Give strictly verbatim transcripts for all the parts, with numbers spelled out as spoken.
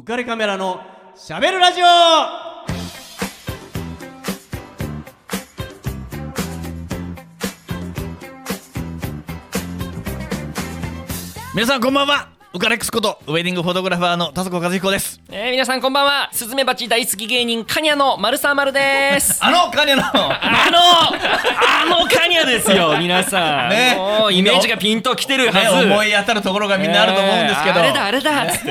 浮かれカメラのしゃべるラジオ。 皆さんこんばんは。ウカレックスことウェディングフォトグラファーの田底和彦です。 えー、皆さんこんばんは。スズメバチ大好き芸人カニャの丸沢丸ですあのカニャのあのあのカニャですよ皆さん、 ね、 もうイメージがピンときてるはず、 ね、思い当たるところがみんなあると思うんですけど、 えー、あれだあれだっつって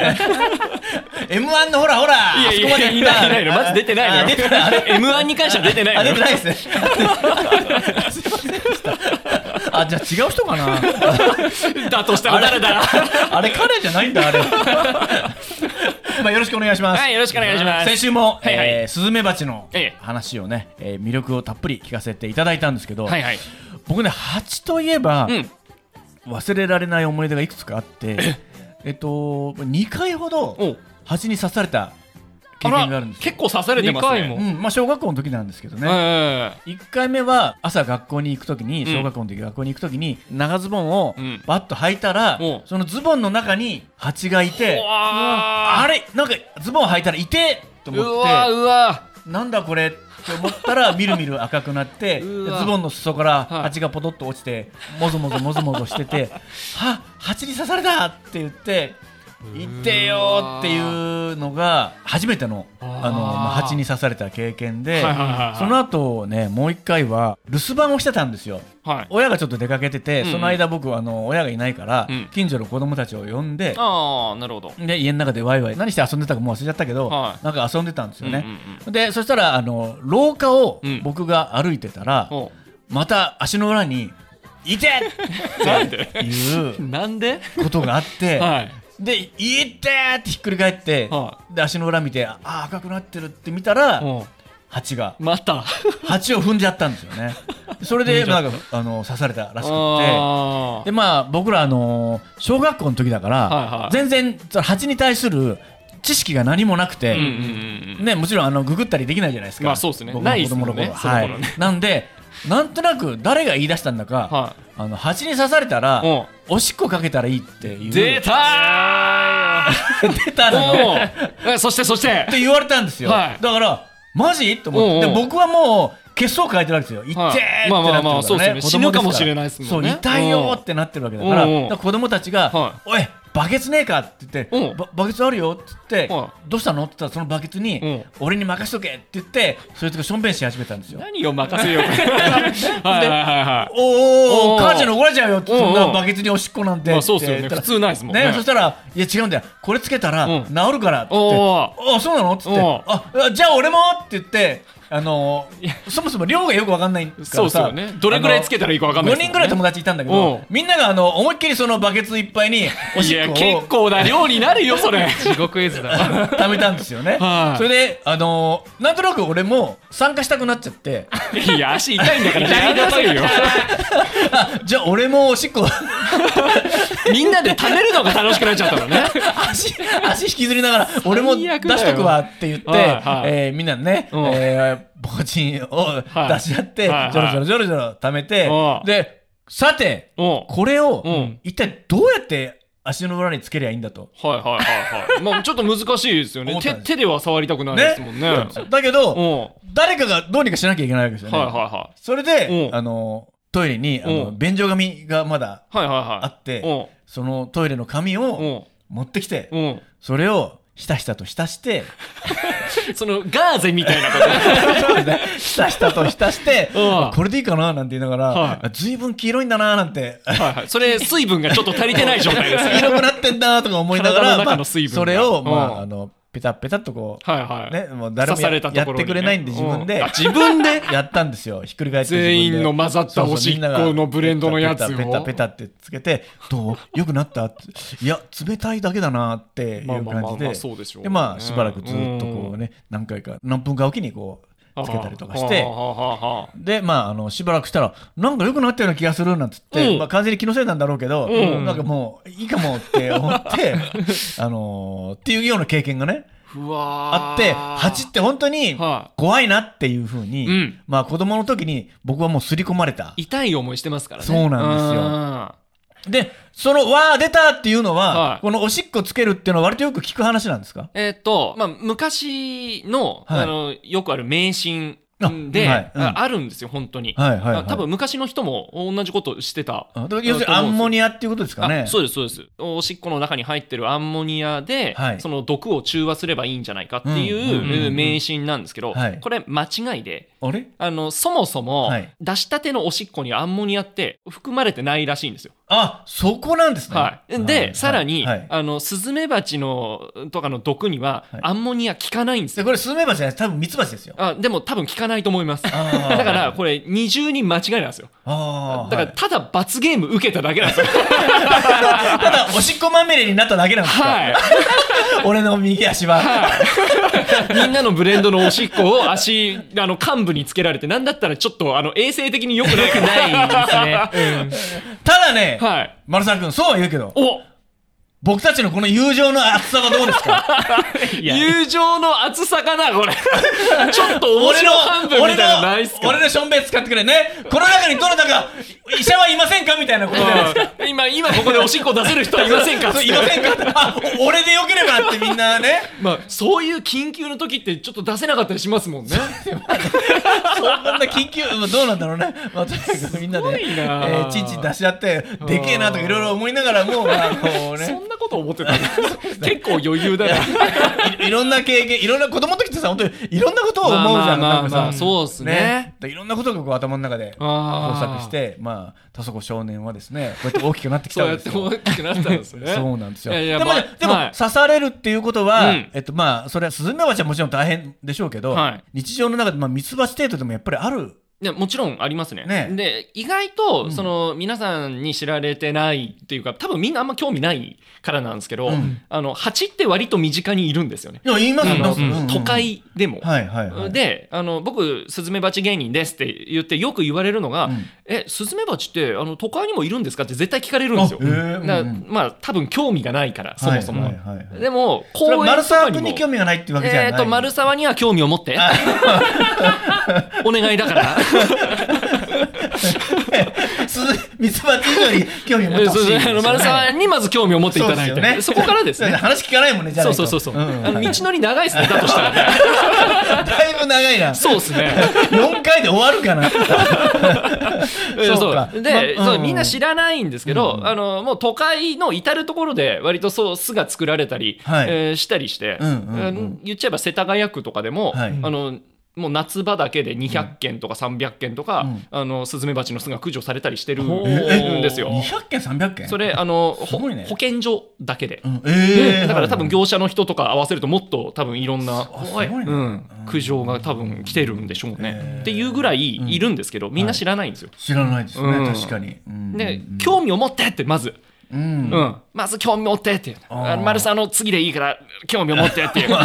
エムワン のほらほらいやいやいやいないいないのまず出てないのよ。 出てないあれエムワン に関しては出てないのよ。 あ出てないですねすいませんでしたあ、じゃあ違う人かなだとしたら誰だあれ彼じゃないんだあれまあよろしくお願いします。 はい、よろしくお願いします。 先週も、 はいはいえー、スズメバチのええ話をね、えー、魅力をたっぷり聞かせていただいたんですけど、 はいはい、 僕ね蜂といえば、 うん、 忘れられない思い出がいくつかあってえっとにかいほど蜂に刺された経験があるんですよ。 結構刺されてますね。 にかいも、うんまあ、小学校の時なんですけどね、 えいっかいめは朝学校に行く時に、小学校の時学校に行く時に長ズボンをバッと履いたら、うん、そのズボンの中に蜂がいて、あれなんかズボン履いたらいてと思って、うわうわなんだこれって思ったらみるみる赤くなってズボンの裾から蜂がポトッと落ちてもぞもぞもぞもぞしてては蜂に刺されたって言っていてよっていうのが初めてのあの、まあ、蜂に刺された経験で、はいはいはいはい、その後ねもう一回は留守番をしてたんですよ、はい、親がちょっと出かけてて、うんうん、その間僕はあの親がいないから、うん、近所の子供たちを呼んで、 あーなるほどで家の中でワイワイ何して遊んでたかもう忘れちゃったけど、はい、なんか遊んでたんですよね、うんうんうん、でそしたらあの廊下を僕が歩いてたら、うん、また足の裏にいてっていうなんでことがあってはいで、いってーってひっくり返って、はあ、で足の裏見て、あー赤くなってるって見たら、蜂がまた蜂を踏んじゃったんですよね。それでなんかあの刺されたらしくて、でまあ僕らあの小学校の時だから、はいはい、全然蜂に対する知識が何もなくて、うんうんうん、ねもちろんあのググったりできないじゃないですか。 まあそうですね。 僕の子供の頃は、はい、なんでなんとなく誰が言い出したんだか、はい、あの蜂に刺されたらおしっこかけたらいいっていう出たー出たのそしてそしてって言われたんですよ、はい、だからマジと思って、で僕はもう血相変えてるわけですよ。痛えってなってるからね。 死ぬかもしれないですもんね。 そう痛いよってなってるわけだから、だから子供たちが、はい、おいバケツねえかって言って、バ, バケツあるよって言って、はい、どうしたのって言ったらそのバケツに、うん、俺に任しとけって言ってそいつがしょんべんし始めたんですよ。 何を任せようかはいはいはい、 おーおー母ちゃんの怒られちゃうよってそんなバケツにおしっこなんて、 まあ、そうですよね普通ないですもんね。 ねそしたらいや違うんだよこれつけたら治るからって言って、あそうなのって言ってあじゃあ俺もって言ってあのー、そもそも量がよく分かんないからさ、 そうですよね。どれぐらいつけたらいいか分かんないです、ね、 ごにんぐらい友達いたんだけど、みんながあの思いっきりそのバケツいっぱいにおしっこをいや結構な量になるよそれ地獄絵図だ溜めたんですよね、はあ、それであのー、なんとなく俺も参加したくなっちゃっていや足痛いんだからやめなさいよじゃあ俺もおしっこみんなで溜めるのが楽しくなっちゃったのね足, 足引きずりながら俺も出しとくわって言って、はいはい、えー、みんなね、うんえーボチンを出し合って、はい、ジョロジョロジョロジョロ溜めて、はい、でさてこれを一体どうやって足の裏につけりゃいいんだと、 はいはいはいはいまあちょっと難しいですよね手, 手では触りたくないですもん ね, ねだけど誰かがどうにかしなきゃいけないわけですよね、 はいはいはい、 それであのトイレにあの便所紙がまだあって、はいはいはい、そのトイレの紙を持ってきてそれをひたひたと浸してそのガーゼみたいなことそうですねひたひたと浸してこれでいいかななんて言いながら、はい、ずいぶん黄色いんだななんて、 はいはい、それ水分がちょっと足りてない状態です黄色くなってんだとか思いながら、まあ、それを、まあ、あのペタペタっとこう、はいはいね、もう誰も や, ね、やってくれないんで自分で自分でやったんですよ。ひっくり返って全員の混ざったおしっこのブレンドのやつをペタペタペタってつけてどうよくなったっていや冷たいだけだなっていう感じででまあしばらくずっとこうね何回か何分かおきにこうつけたりとかしてでまああのしばらくしたらなんか良くなったような気がするなんつって、うんまあ、完全に気のせいなんだろうけど、うん、なんかもういいかもって思ってあのー、っていうような経験がねうわあって蜂って本当に怖いなっていう風に、はいまあ子供の時に僕はもう刷り込まれた痛い思いしてますからね。 そうなんですよ。 でそのわー出たっていうのは、 はい、 このおしっこつけるっていうのは割とよく聞く話なんですか？ えー、っとまあ昔の、はい、あのよくある迷信で、はいうん、あるんですよ本当に、はいはいはい、多分昔の人も同じことしてた。 要するにアンモニアっていうことですかね。 そうですそうです。おしっこの中に入ってるアンモニアで、はい、その毒を中和すればいいんじゃないかっていう迷信なんですけど、これ間違いで、 あれあのそもそも、はい、出したてのおしっこにアンモニアって含まれてないらしいんですよ。 あ、そこなんですね。 はい、で、はい、さらに、はい、あのスズメバチのとかの毒には、はい、アンモニア効かないんですよ。 これスズメバチじゃない、多分ミツバチですよ。 あ、でも多分効かないと思います。だからこれ二重に間違いなんですよ。 あ、 だからただ罰ゲーム受けただけなんですよ。 ただおしっこまみれになっただけなんですか。 はい。 俺の右足は、はい、 みんなのブレンドのおしっこを足あの幹部につけられて、なんだったらちょっとあの衛生的に良くないないですね。うん、 ただね、 はい、 丸沢君そうは言うけど、 お僕たちのこの友情の厚さはどうですか？ 友情の厚さかなこれ。ちょっと面白半分みたいなのないっすか？ 俺のションベン使ってくれね。この中にどなたか医者はいませんかみたいなことじゃないですか。 今今ここでおしっこ出せる人はいませんか？ いませんか？あ、俺でよければってみんなね。 まあそういう緊急の時ってちょっと出せなかったりしますもんね。 そんな緊急どうなんだろうね。まあとにかくみんなで、えー、チンチン出し合ってでけえなとかいろいろ思いながらも、まあこうね。 そんなこと思ってた。結構余裕だよ。 い, いろんな経験、いろんな子供の時ってさ、本当にいろんなことを思うじゃん。まあまあまあまあ、 そうですね。 ね、いろんなことがこう頭の中で工作して、まあ田底少年はですね、こうやって大きくなってきたんですよ。 そうやって大きくなったんですね。 そうなんですよ。 いやいやでも、 まあ、 でも、 はい、 刺されるっていうことは、うん、えっとまあそれはスズメバチはもちろん大変でしょうけど、はい、日常の中でまあミツバチ程度でもやっぱりある。 いやもちろんありますね。 ねで意外と、うん、その皆さんに知られてないっていうか、多分みんなあんま興味ないからなんですけど、うん、あの蜂って割と身近にいるんですよね。 いや言いますよ、 うん、都会でも、 はいはいはい、 であの僕スズメバチ芸人ですって言ってよく言われるのが、うん、えスズメバチってあの都会にもいるんですかって絶対聞かれるんですよ。だまあ多分興味がないからそもそも、はいはいはいはい、でも公園とかにも丸沢君に興味がないってわけじゃない。 えーと丸沢には興味を持ってお願いだからミツバチ以上に興味を持ってほしいですよね。 丸沢にまず興味を持っていただいて、 そ, ね、そこからですね。 話聞かないもんね。じゃないと。 そうそうそうそう、うん、あの道のり長いですね。だとしたらねだいぶ長いな。 そうですね。 よんかいで終わるかな。 そうかで、ま、そうみんな知らないんですけど、うん、あのもう都会の至る所で割とそう巣が作られたり、はいえー、したりして、うんうんうん、言っちゃえば世田谷区とかでも、はい、あのもう夏場だけでにひゃっけんとかさんびゃっけんとか、うん、あのスズメバチの巣が駆除されたりしてるんですよ。 にひゃっけんさんびゃっけんそれあの、ね、保健所だけで、 うんえー、 だから多分業者の人とか合わせるともっと多分いろんな、 ねうん、駆除が多分来てるんでしょうね、えー、っていうぐらいいるんですけど、みんな知らないんですよ、 はい、知らないですね、うん、確かに、うん、 で興味を持ってってまずうんうん、まず興味を持ってっていう、丸沢の次でいいから興味を持ってっていう、はい、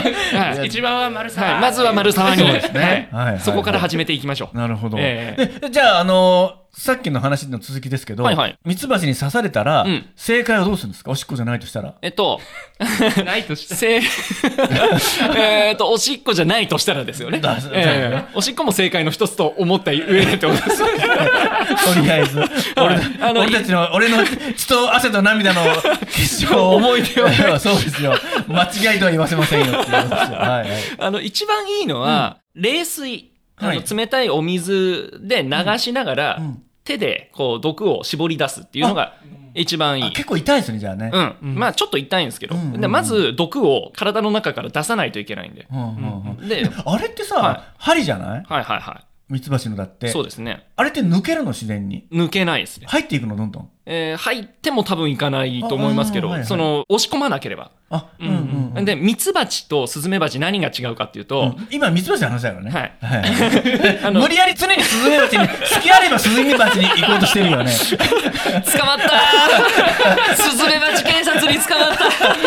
一番は丸沢、はい、まずは丸沢に、そうですね、はいはい、そこから始めていきましょう。 なるほど、 えー、 でじゃあ、あのーさっきの話の続きですけど、はいはい、ミツバチに刺されたら、うん、正解はどうするんですか？おしっこじゃないとしたら。 えっとないとしたらえっとおしっこじゃないとしたらですよね、えー、おしっこも正解の一つと思った上でってことですとりあえず俺, あの俺たちの俺の血と汗と涙の結晶思い出をそうですよ、間違いとは言わせませんよっていうことですよ、はいはい、 あの一番いいのは、うん、冷水、あの冷たいお水で流しながら、うんうん、手でこう毒を絞り出すっていうのが一番いい。 結構痛いですね、じゃあね。 うん、うん、まあちょっと痛いんですけど、うんうんうん、でまず毒を体の中から出さないといけないんで、うんうんうん、であれってさ、はい、針じゃない？ はいはいはい。 ミツバチのだって。 そうですね。 あれって抜けるの？自然に抜けないですね。 入っていくの？どんどん、 えー、入っても多分いかないと思いますけど、はいはい、その押し込まなければ。 あ、うんうんうん、 でミツバチとスズメバチ何が違うかっていうと、 うん、今ミツバチの話だからね、 はいはいあの無理やり常にスズメバチに好きあればスズメバチに行こうとしてるよね捕まったスズメバチ警察に捕ま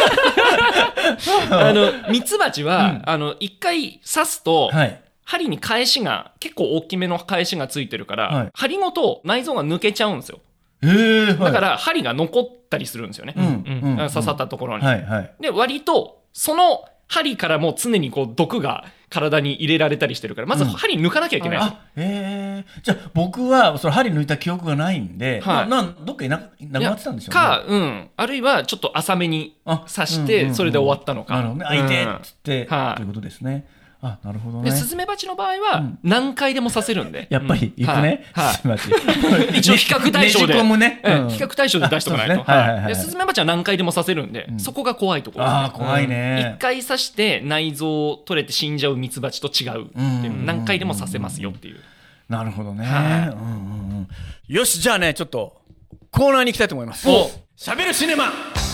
ったあのミツバチは、うん、あの一回刺すと、はい、針に返しが結構大きめの返しがついてるから、はい、針ごと内臓が抜けちゃうんですよ。 えーはい、 だから針が残ったりするんですよね、うんうん、刺さったところに、 はいはい、 で割とその針からも常にこう毒が体に入れられたりしてるから、まず針抜かなきゃいけない、うん、 あへえ。じゃあ僕はその針抜いた記憶がないんで、はい、ななんどっかいなくなってたんでしょうね。 か、うん、あるいはちょっと浅めに刺してそれで終わったのか。 なるほどね。開いてっつって、うん、ということですね。あ、なるほどね。 でスズメバチの場合は何回でも刺せるんで、 うん、やっぱり行くね、 はいはい、スズメバチ一応比較対象で、ねじ込むねうん、比較対象で出しておかないと、ねはいはいはい、スズメバチは何回でも刺せるんで、うん、そこが怖いところです、ね、 あ怖いね。 一回刺して内臓を取れて死んじゃうミツバチと違うっていう、何回でも刺せますよっていう。 なるほどね、はいうんうんうん、よしじゃあねちょっとコーナーに行きたいと思います。おしゃべるシネマ。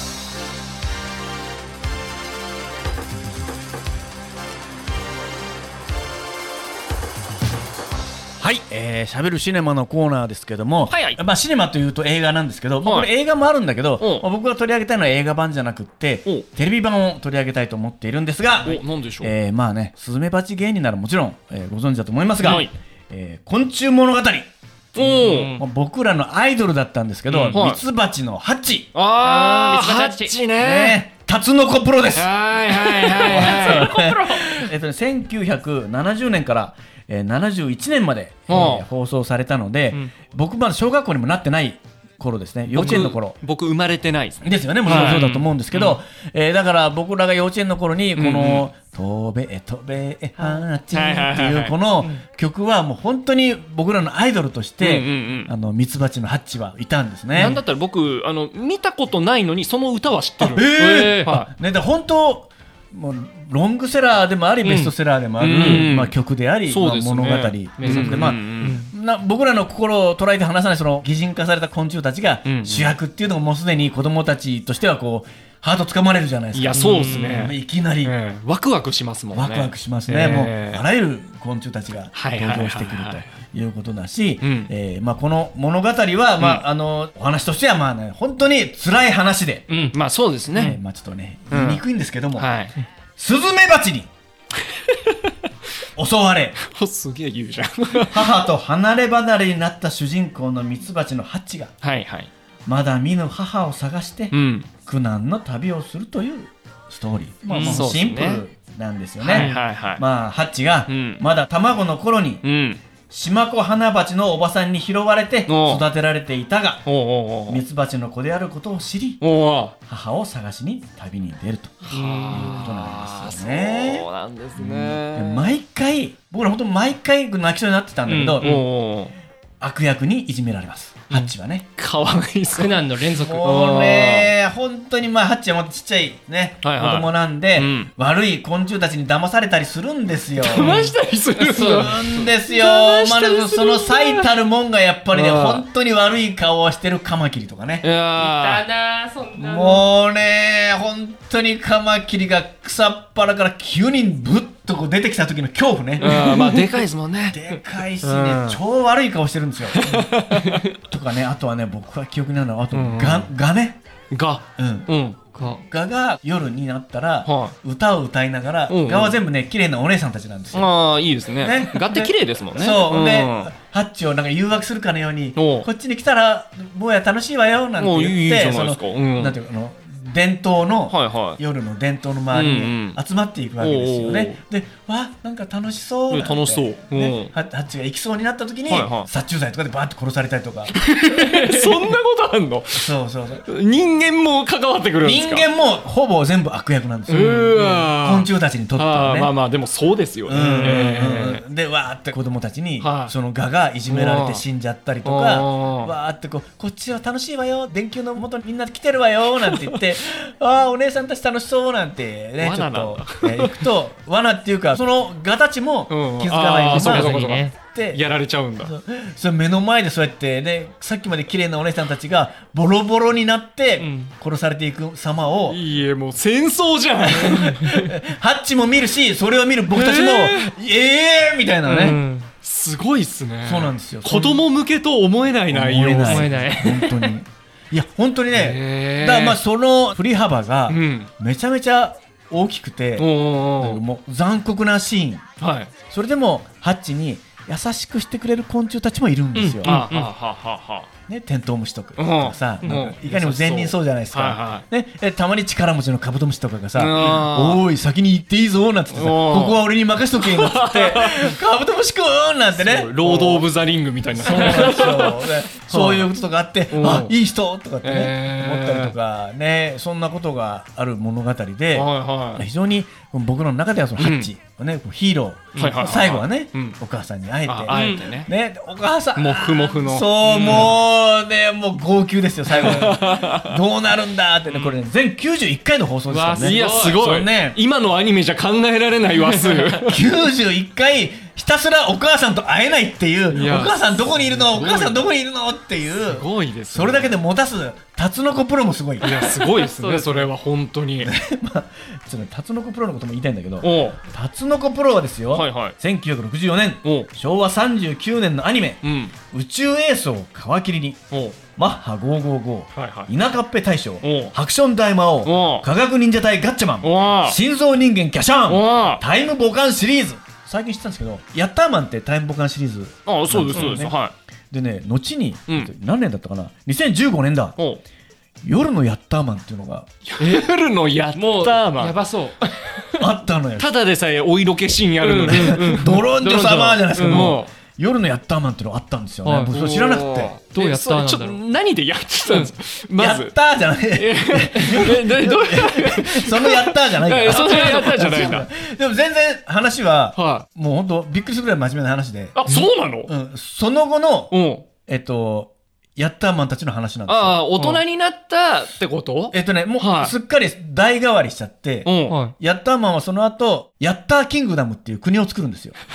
はい、えー、しゃべるシネマのコーナーですけども、はいはい、まあ、シネマというと映画なんですけど、はい、これ映画もあるんだけど、まあ、僕が取り上げたいのは映画版じゃなくってテレビ版を取り上げたいと思っているんですが、 何でしょう、 えー、まあねスズメバチ芸人ならもちろん、えー、ご存知だと思いますが、はいえー、昆虫物語、お僕らのアイドルだったんですけど、ミツバチのハッチ。 あー、ハッチね、ねタツノコプロです。 はいはいはいはいえっとねせんきゅうひゃくななじゅうねんからえー、ななじゅういちねんまで、えー、放送されたので、うん、僕まだ小学校にもなってない頃ですね。幼稚園の頃。 僕生まれてないですね。 ですよね。もちろんそうだと思うんですけど、うんえー、だから僕らが幼稚園の頃にこの、うん、飛べ飛べハッチっていうこの曲はもう本当に僕らのアイドルとして、うんうんうん、あのミツバチのハッチはいたんですね。 なんだったら僕あの見たことないのにその歌は知ってる。 えー、はい、ね、だ本当もうロングセラーでもあり、うん、ベストセラーでもある、うんまあ、曲であり、まあ、物語で、まあうん、な僕らの心を捉えて離さないその擬人化された昆虫たちが主役っていうのももうすでに子供たちとしてはこうハートつかまれるじゃないですか。 いやそうですね、 いきなり、えー、ワクワクしますもんね。 ワクワクしますね、えー、もうあらゆる昆虫たちが登場してくるということだし、えーまあ、この物語は、まあうん、あのお話としてはまあ、ね、本当に辛い話で、 うん、まあそうですね、 えーまあ、ちょっとね言いにくいんですけども、 うんはいスズメバチに襲われすげえ言うじゃん母と離れ離れになった主人公のミツバチのハッチが、 はいはい、 まだ見ぬ母を探して、うん、苦難の旅をするというストーリー、まあ、まあシンプルなんですよね、はいはいはい、まあ、ハッチがまだ卵の頃に、うんシマコハナバチのおばさんに拾われて育てられていたがミツバチの子であることを知り母を探しに旅に出るということなんですよね。 そうなんですね、 うん、毎回僕ら本当毎回泣きそうになってたんだけど、うん、悪役にいじめられます。ハッチはね、 かわいい苦難の連続。 もうね本当にまあハッチはまたちっちゃいね、はいはい、子供なんで、うん、悪い昆虫たちに騙されたりするんですよ。 騙したりするするんですよ。まあ、その最たるもんがやっぱりね本当に悪い顔をしてるカマキリとかね。 いやいたなそんなの。 もうね本当にカマキリが草っ腹からきゅうにんぶっとこう出てきた時の恐怖ね。 あまあでかいですもんね。 でかいしね超悪い顔してるんですよとかね、あとはね僕は記憶になるのはあと、うん、ガ, ガねガ、 うんうん、ガが夜になったら、はい、歌を歌いながら、うんうん、ガは全部ね綺麗なお姉さんたちなんですよ。 ああいいですね。ねガって綺麗ですもんね。 そう、うん、でハッチをなんか誘惑するかのようにこっちに来たら坊や楽しいわよなんて言っていいじゃないですか、うん、 なんていうの伝統の、はいはい、夜の伝統の周りに集まっていくわけですよね、うんうん、でわなんか楽しそうなんて楽しそう、うんね、ハッチが行きそうになった時に、はいはい、殺虫剤とかでバーッと殺されたりとかそんなことあんの。 そうそうそう人間も関わってくるんですか。 人間もほぼ全部悪役なんですよ、うん、昆虫たちにとってはね。 あまあまあでもそうですよね、うんえー、でわーって子供たちに、はい、そのガがいじめられて死んじゃったりとかわーってこうこっちは楽しいわよ電球の元にみんな来てるわよなんて言ってあーお姉さんたち楽しそうなんてねちょっと、えー、行くと罠っていうかそのガたちも気づかないまま、 うんね、やられちゃうんだ。 そそれ目の前でそうやってねさっきまで綺麗なお姉さんたちがボロボロになって殺されていく様を、 うん、いいえもう戦争じゃんハッチも見るしそれを見る僕たちもえー、えー、みたいなね、うん、 すごいっすね。 そうなんですよ。 子供向けと思えない内容。 思えない本当にいや本当にねだからまあその振り幅がめちゃめちゃ大きくて、うん、もう残酷なシーン、はい、それでもハッチに優しくしてくれる昆虫たちもいるんですよ、うん、ああはははね、テントウムシとかさ、うん、なんかいかにも善人そうじゃないですか、はいはいね、たまに力持ちのカブトムシとかがさ、おーい先に行っていいぞなんつってさ、ここは俺に任しとけなんつってカブトムシくんなんてね、 ロード・オブ・ザ・リングみたいなそうなんですよそういうこととかあってあいい人とかってね、えー、思ったりとかね、そんなことがある物語で、はいはい、非常に僕の中ではそのハッチ、うんね、ヒーロー、はいはい、最後はね、うん、お母さんに会えて、 会えてね、 ね、お母さんもふもふのそう、うん、もうねもう号泣ですよ最後どうなるんだってね、これね全きゅうじゅういっかいの放送ですからね。 いやすごい、ね、今のアニメじゃ考えられない話数きゅうじゅういっかいひたすらお母さんと会えないっていう、お母さんどこにいるのお母さんどこにいるのっていう、 すごいです、ね、 それだけで持たすタツノコプロもすごい。 いやすごいですねそれは本当に、 まあ、ちょっとタツノコプロのことも言いたいんだけど、タツノコプロはですよ、はいはい、せんきゅうひゃくろくじゅうよねんしょうわさんじゅうきゅうねんのアニメ、うん、宇宙エースを皮切りにマッハごーごーごー、はいはい、稲カッペ大将、ハクション大魔王、科学忍者隊ガッチャマン、心臓人間キャシャーン、タイムボカンシリーズ、最近知ったんですけどヤッターマンってタイムボカンシリーズ、ね、 ああそうですそうです、はい、 でね後に、うん、何年だったかなにせんじゅうごねんだ、夜のヤッターマンっていうのが夜のヤッターマンやばそうあったのよ。 ただでさえお色気シーンあるのね、うんうん、 ドロンジョ様じゃないですか、もう夜のヤッターマンっていうのがあったんですよね、はい、僕それ知らなくて。 どうやったんだろう、何でやってたんですかまずやったーじゃないそのやったーじゃないからそのやったーじゃないんだでも全然話は、はい、もう本当びっくりするぐらい真面目な話で、 あそうなの、 うん、その後の、うん、えっとヤッターマンたちの話なんですよ。 ああ大人になったってこと、 えっとねもう、はい、すっかり代替わりしちゃって、うん、ヤッターマンはその後ヤッターキングダムっていう国を作るんですよ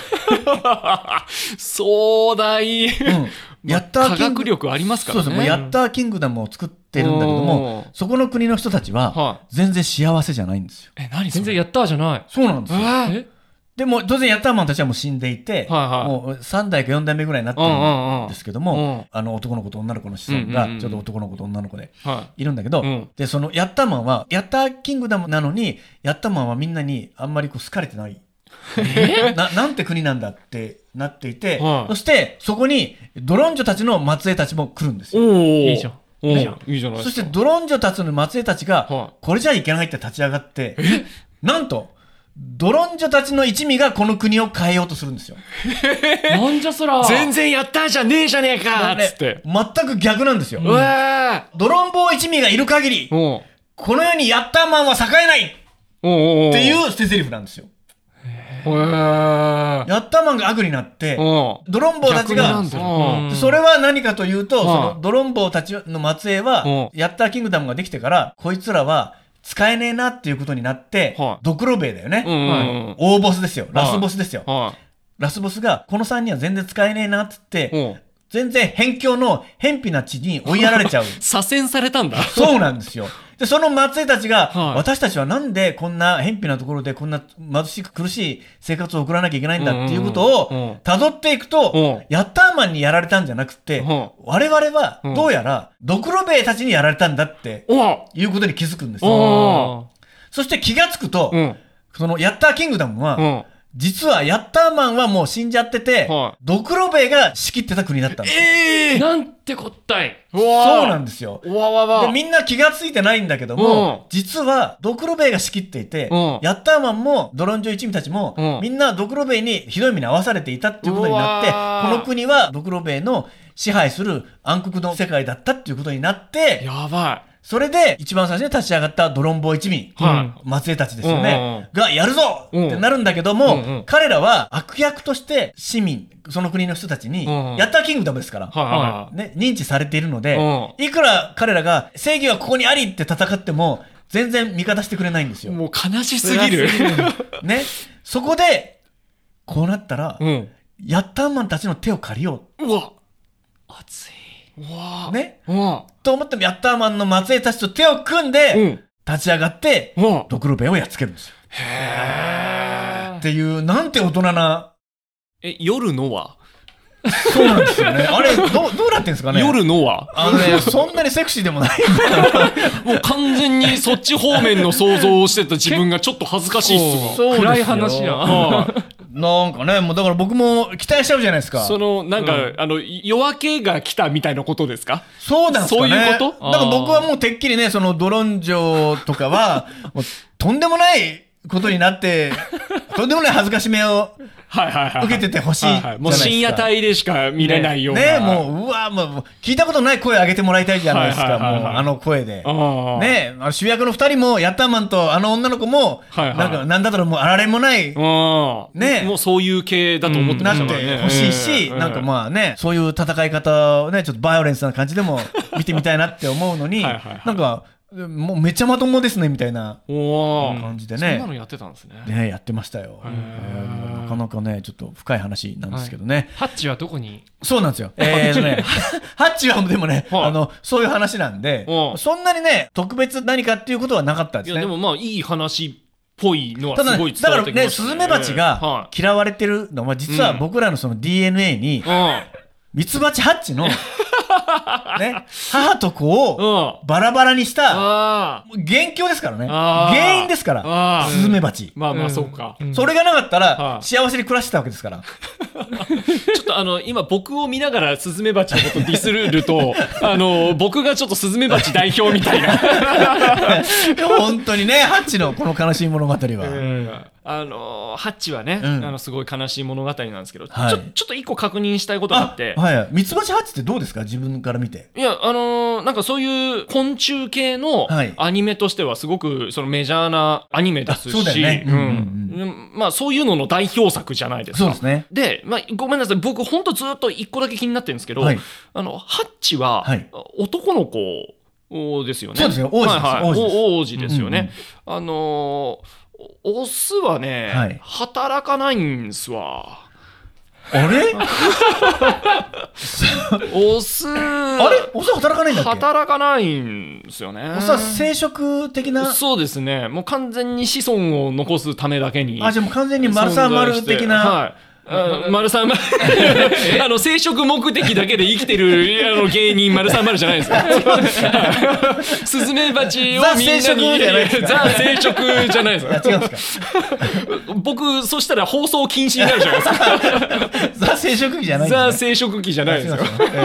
壮大、うんヤッターキング科学力ありますからね。 そうそう、ヤッターキングダムを作ってるんだけども、そこの国の人たちは全然幸せじゃないんですよ。 え、何全然ヤッターじゃない。 そうなんですよ。えでも当然ヤッターマンたちはもう死んでいて、はいはい、もうさんだいかよんだいめぐらいになってるんですけども、うんうんうん、あの男の子と女の子の子孫がちょうど男の子と女の子でいるんだけど、はいうん、でそのヤッターマンはヤッターキングダムなのにヤッターマンはみんなにあんまりこう好かれてない。えな, なんて国なんだってなっていて、はい、そしてそこにドロンジョたちの末裔たちも来るんですよ。 いいじゃん。 いいじゃん。いいじゃないですか。 そしてドロンジョたちの末裔たちが、はい、これじゃいけないって立ち上がって、えなんとドロンジョたちの一味がこの国を変えようとするんですよ。 なんじゃそら。 全然やったんじゃねえじゃねえかっつって、ね、全く逆なんですよ。うわドロンボー一味がいる限りこの世にヤッターマンは栄えないっていう捨て台詞なんですよ。ヤッターマンが悪になってドロンボーたちが、それは何かというと、そのドロンボーたちの末裔はヤッターキングダムができてからこいつらは使えねえなっていうことになって、ドクロベイだよね、うんうん、大ボスですよ、ラスボスですよ、はい、ラスボスがこのさんにんは全然使えねえなっつって、うん、全然辺境の偏僻な地に追いやられちゃう左遷されたんだそうなんですよ。でその末裔たちが、はい、私たちはなんでこんな偏僻なところでこんな貧しく苦しい生活を送らなきゃいけないんだっていうことを辿っていくと、うんうん、ヤッターマンにやられたんじゃなくて、うん、我々はどうやらドクロベイたちにやられたんだっていうことに気づくんですよ。そして気がつくと、うん、そのヤッターキングダムは、うん実はヤッターマンはもう死んじゃってて、はい、ドクロベイが仕切ってた国だったんですよ。 えー、なんてこったい。 そうなんですよ。 わわわでみんな気がついてないんだけども、うん、実はドクロベイが仕切っていて、うん、ヤッターマンもドロンジョ一味たちも、うん、みんなドクロベイにひどい目に遭わされていたっていうことになって、この国はドクロベイの支配する暗黒の世界だったっていうことになって、 やばい。 それで一番最初に立ち上がったドロンボー一味、はい、末裔たちですよね、うんうん、がやるぞってなるんだけども、うんうん、彼らは悪役として市民その国の人たちに、うんうん、ヤッターキングダムですから、はいね、認知されているので、うん、いくら彼らが正義はここにありって戦っても全然味方してくれないんですよ。 もう悲しすぎるね、そこでこうなったら、うん、ヤッターマンたちの手を借りよう。 うわ熱いわね、と思ってもヤッターマンの末裔たちと手を組んで、うん、立ち上がってドクロベイをやっつけるんですよ。へーっていうなんて大人な。 え夜のはそうなんですよね。あれどうどうなってんですかね。 夜のはあのねそんなにセクシーでもないんだよもう完全にそっち方面の想像をしてた自分がちょっと恥ずかしいっすわ。 暗い話やなんかね、もうだから僕も期待しちゃうじゃないですか。 そのなんか、うん、あの夜明けが来たみたいなことですか？ そうなんですかね。 そういうこと？ だから僕はもうてっきりね、そのドロンジョとかはもうとんでもないことになってとんでもない恥ずかしめをはいはいはい、受けててほしいじゃないですか。 もう深夜帯でしか見れないような。 ね、ね、もう、うわ、もう、聞いたことない声上げてもらいたいじゃないですか、はいはいはいはい、もう、あの声で。ね、主役の二人も、ヤッターマンとあの女の子も、はいはい、なんか、なんだったらもう、あられもない、 ね。もうそういう系だと思ってましたからね。 なってほしいし、えー、なんかまあね、そういう戦い方をね、ちょっとバイオレンスな感じでも見てみたいなって思うのに、はいはいはい、なんか、もうめっちゃまともですねみたいな感じでね。 そんなのやってたんですね。 ね、やってましたよ。なかなかね、ちょっと深い話なんですけどね。はい、 ハッチはどこに？ そうなんですよ。えーね、ハッチはでもね、はい、あのそういう話なんで、そんなにね特別何かっていうことはなかったですね。 いやでもまあいい話っぽいのはすごい伝わってきましたね。 ただね、スズメバチが嫌われてるのは実は僕らのその ディーエヌエー に、ミツバチハッチのね、母と子をバラバラにした元凶ですからね。原因ですから、スズメバチ。 まあまあそうか。 それがなかったら幸せに暮らしてたわけですから。 ちょっとあの今僕を見ながらスズメバチのことディスると、あの僕がちょっとスズメバチ代表みたいな。 本当にね、ハッチのこの悲しい物語は。 あのハッチはね、うん、あのすごい悲しい物語なんですけど、はい、ちょちょっと一個確認したいことがあって、 はいはい、ミツバチハッチってどうですか、自分から見て。 いや、あのー、なんかそういう昆虫系のアニメとしてはすごくそのメジャーなアニメですし、そうだよね、うんうん、まあそういうのの代表作じゃないですか。 そうですね。 で、まあ、ごめんなさい、僕本当ずっと一個だけ気になってるんですけど、はい、あのハッチは男の子ですよね。 そうですよ、王子です。 はいはい、王子ですよね。うんうん、あのーオスはね、はい、働かないんですわ。 あれオスあれオスは働かないんだっけ？ 働かないんですよね。 オスは生殖的な。 そうですね、もう完全に子孫を残すためだけに。 あ、じゃあもう完全にマルサーマル的な。はい、 丸さんあの生殖目的だけで生きてるあの芸人丸さん丸じゃないですか。スズメバチをみんなにザ生殖じゃないですか。違うんですか。僕そしたら放送禁止になるじゃないですか。 ザ生殖器じゃないんですね。ザ生殖器じゃないですよ。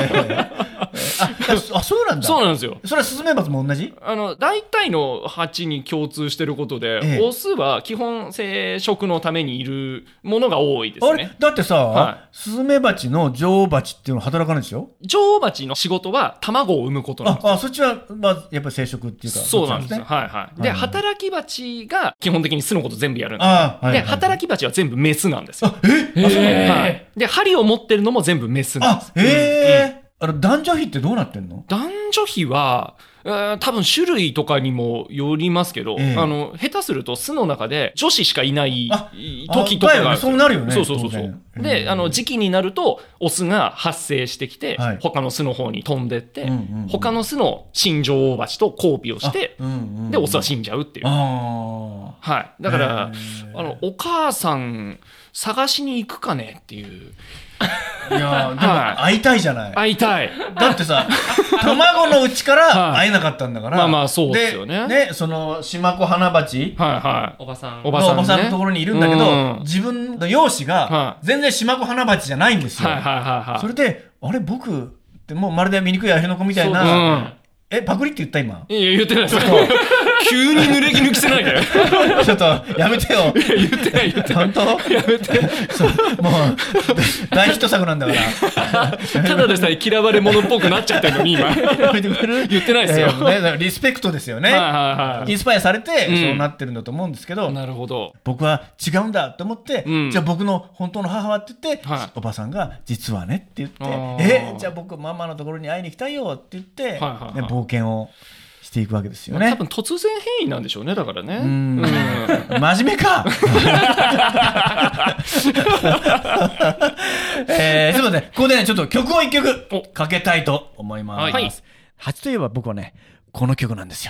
あ、そうなんだ。 そうなんですよ。 それはスズメバチも同じ？ あの大体の蜂に共通してることで、ええ、オスは基本生殖のためにいるものが多いですね。 あれだってさ、はい、スズメバチの女王バチっていうのは働かないでしょ？ 女王バチの仕事は卵を産むことなんですよ。 ああ、そっちは、まあ、やっぱり生殖っていうか。 そうなんですよ。はいはい。で、はいはい、働きバチが基本的に巣のこと全部やるんですよ。あ、はいはいはい、で、働きバチは全部メスなんですよ。 ええ、あ、そうなんだ。 はい。で、針を持ってるのも全部メスなんです。 あ、へえ、うんうん。あの男女比ってどうなってんの？ 男女比は、えー、多分種類とかにもよりますけど、ええ、あの下手すると巣の中で女子しかいない時とかがある。 そうなるよね。 そうそうそうそう。で、あの時期になるとオスが発生してきて、はい、他の巣の方に飛んでって、うんうんうん、他の巣の新女王蜂と交尾をして、うんうんうん、でオスは死んじゃうっていう。はい。だからあのお母さん探しに行くかねっていう。 いやでも会いたいじゃない。 会いたい。 だってさ、卵のうちから会えなかったんだから。 まあまあそうですよね。 で、その島子花鉢、 はいはい、 おばさんおばさん、 ね、おばさんのところにいるんだけど、うん、自分の容姿が全然島子花鉢じゃないんですよ。はいはいはいはい、それであれ僕ってもうまるで醜いアヒルの子みたいな、うん、えパクリって言った今？ いや言ってないです。急に濡れ衣着せないで。 ちょっとやめてよ。 言ってない言ってない。 本当？ やめて。 そうもう大ヒット作なんだから。 ただでさえ嫌われ者っぽくなっちゃってるのに今。やめてくれる？言ってないですよ。 いやいやね、リスペクトですよね。はいはいはい。インスパイアされて、うん、そうなってるんだと思うんですけど。 なるほど。 僕は違うんだと思って、うん、じゃあ僕の本当の母はって言って、はい、おばさんが実はねって言って、えじゃあ僕ママのところに会いに行きたいよって言って、はいはいはい、ね、冒険をしていくわけですよね。 多分突然変異なんでしょうね。だからね。うん、 うん、真面目か。えー、すみません。ここでねちょっと曲を一曲かけたいと思います。はい、蜂といえば僕はねこの曲なんですよ。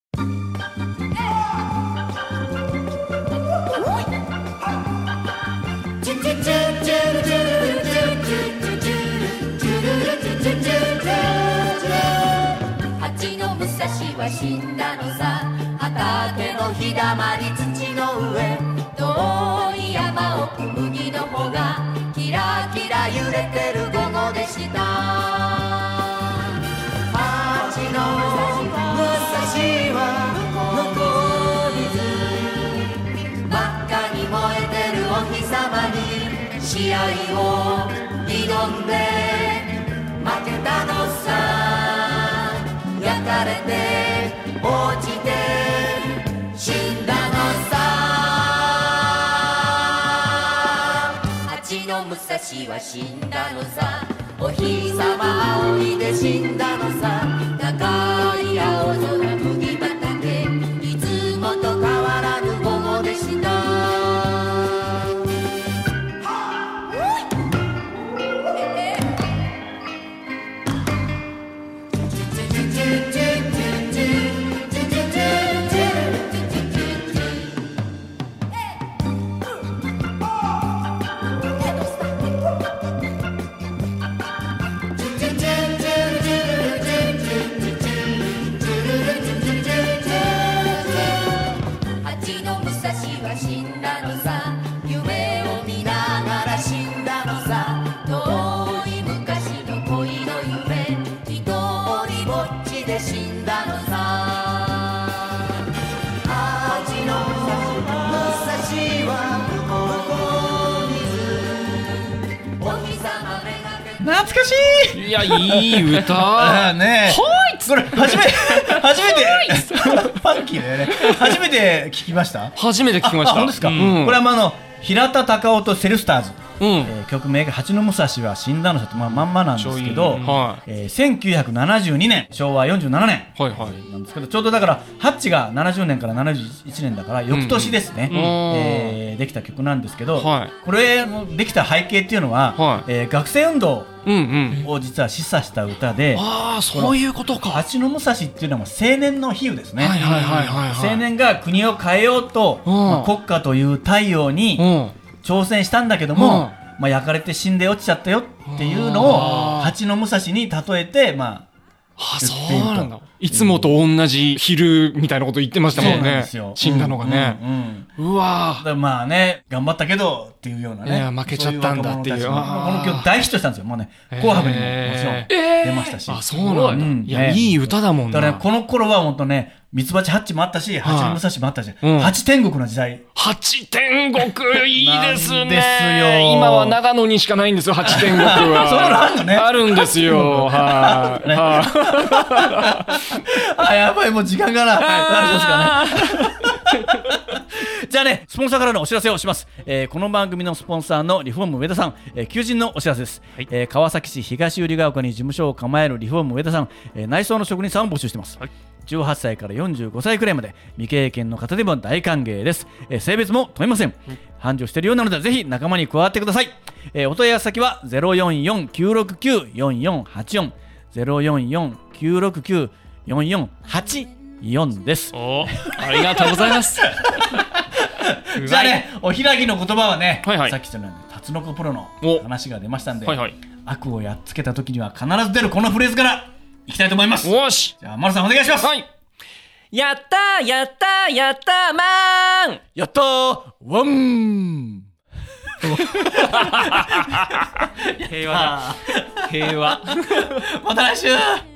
死んだのさ、畑の日だまり土の上、遠い山奥麦のれてる午後でした。八の武蔵は残りず、真っ赤に燃えてるお日様に試合を挑んで負けたのさ。焼かれて落ちて死んだのさ。八の武蔵は死んだのさ。お日様仰いで死んだのさ。高い青空麦畑、いつもと変わらぬ午後でした。 懐かしい。 いや、いい歌ねえ、これ初め初めてファンキーだよね。初めて聞きました。 初めて聞きました。 あ、本当ですか。 うん、 これはまああの平田孝夫とセルスターズ、 うんえー、曲名が八の武蔵は死んだのさって、まあ、まんまなんですけど、はい、えー、せんきゅうひゃくななじゅうにねん、しょうわよんじゅうななねん、はいはい、なんですけど、ちょうどだからハッチがななじゅうねんからななじゅういちねんだから翌年ですね、うんうん、えー、できた曲なんですけど、はい、これのできた背景っていうのは、はい、えー、学生運動を実は示唆した歌で、うんうん、 ああ、そういうことか。 八の武蔵っていうのは青年の比喩ですね。青年が国を変えようと、まあ、国家という太陽に挑戦したんだけども、うん、まあ、焼かれて死んで落ちちゃったよっていうのを八の武蔵に例えて、まあ、 あ、そうなんだ。いつもと同じ昼みたいなこと言ってましたもんね。死んだのがね。うんうんうん、うわー。まあね、頑張ったけどっていうようなね。 いや、負けちゃったんだっていう。 この曲大ヒットしたんですよ。もうね、紅白にももちろん出ましたし。 あ、そうなんだ。うん、いや、いい歌だもんね。 だからこの頃は本当ね、ミツバチハッチもあったし、八の武蔵もあったし、うん、八天国の時代。 八天国いいですね。ですよ。今は長野にしかないんですよ、八天国は。 そうなのね。 あるんですよ。はい。 あ、やばい、もう時間がな。大丈夫ですかね。じゃあね、スポンサーからのお知らせをします。えー、この番組のスポンサーのリフォーム上田さん、えー、求人のお知らせです。はい、えー、川崎市東百合ヶ丘に事務所を構えるリフォーム上田さん、えー、内装の職人さんを募集しています。はい、じゅうはっさいからよんじゅうごさいくらいまで未経験の方でも大歓迎です。えー、性別も問いません。うん、繁盛しているようなのでぜひ仲間に加わってください。えー、お問い合わせ先は ゼロよんよんきゅうろくきゅうよんよんはちよん ゼロよんよんきゅうろくきゅうよんよんはちよんです。 お、ありがとうございます。 じゃあね、お開きの言葉はね、はいはい、さっきのタツノコプロの話が出ましたんで、はいはい、悪をやっつけた時には必ず出るこのフレーズからいきたいと思います。 よし、 じゃあ丸さんお願いします。はい、 やったーやったーやったーマーン、 やったーワン平和だ。平和。 また来週。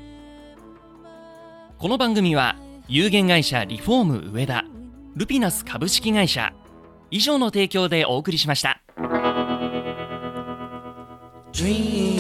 この番組は有限会社リフォーム上田、ルピナス株式会社以上の提供でお送りしました。Dream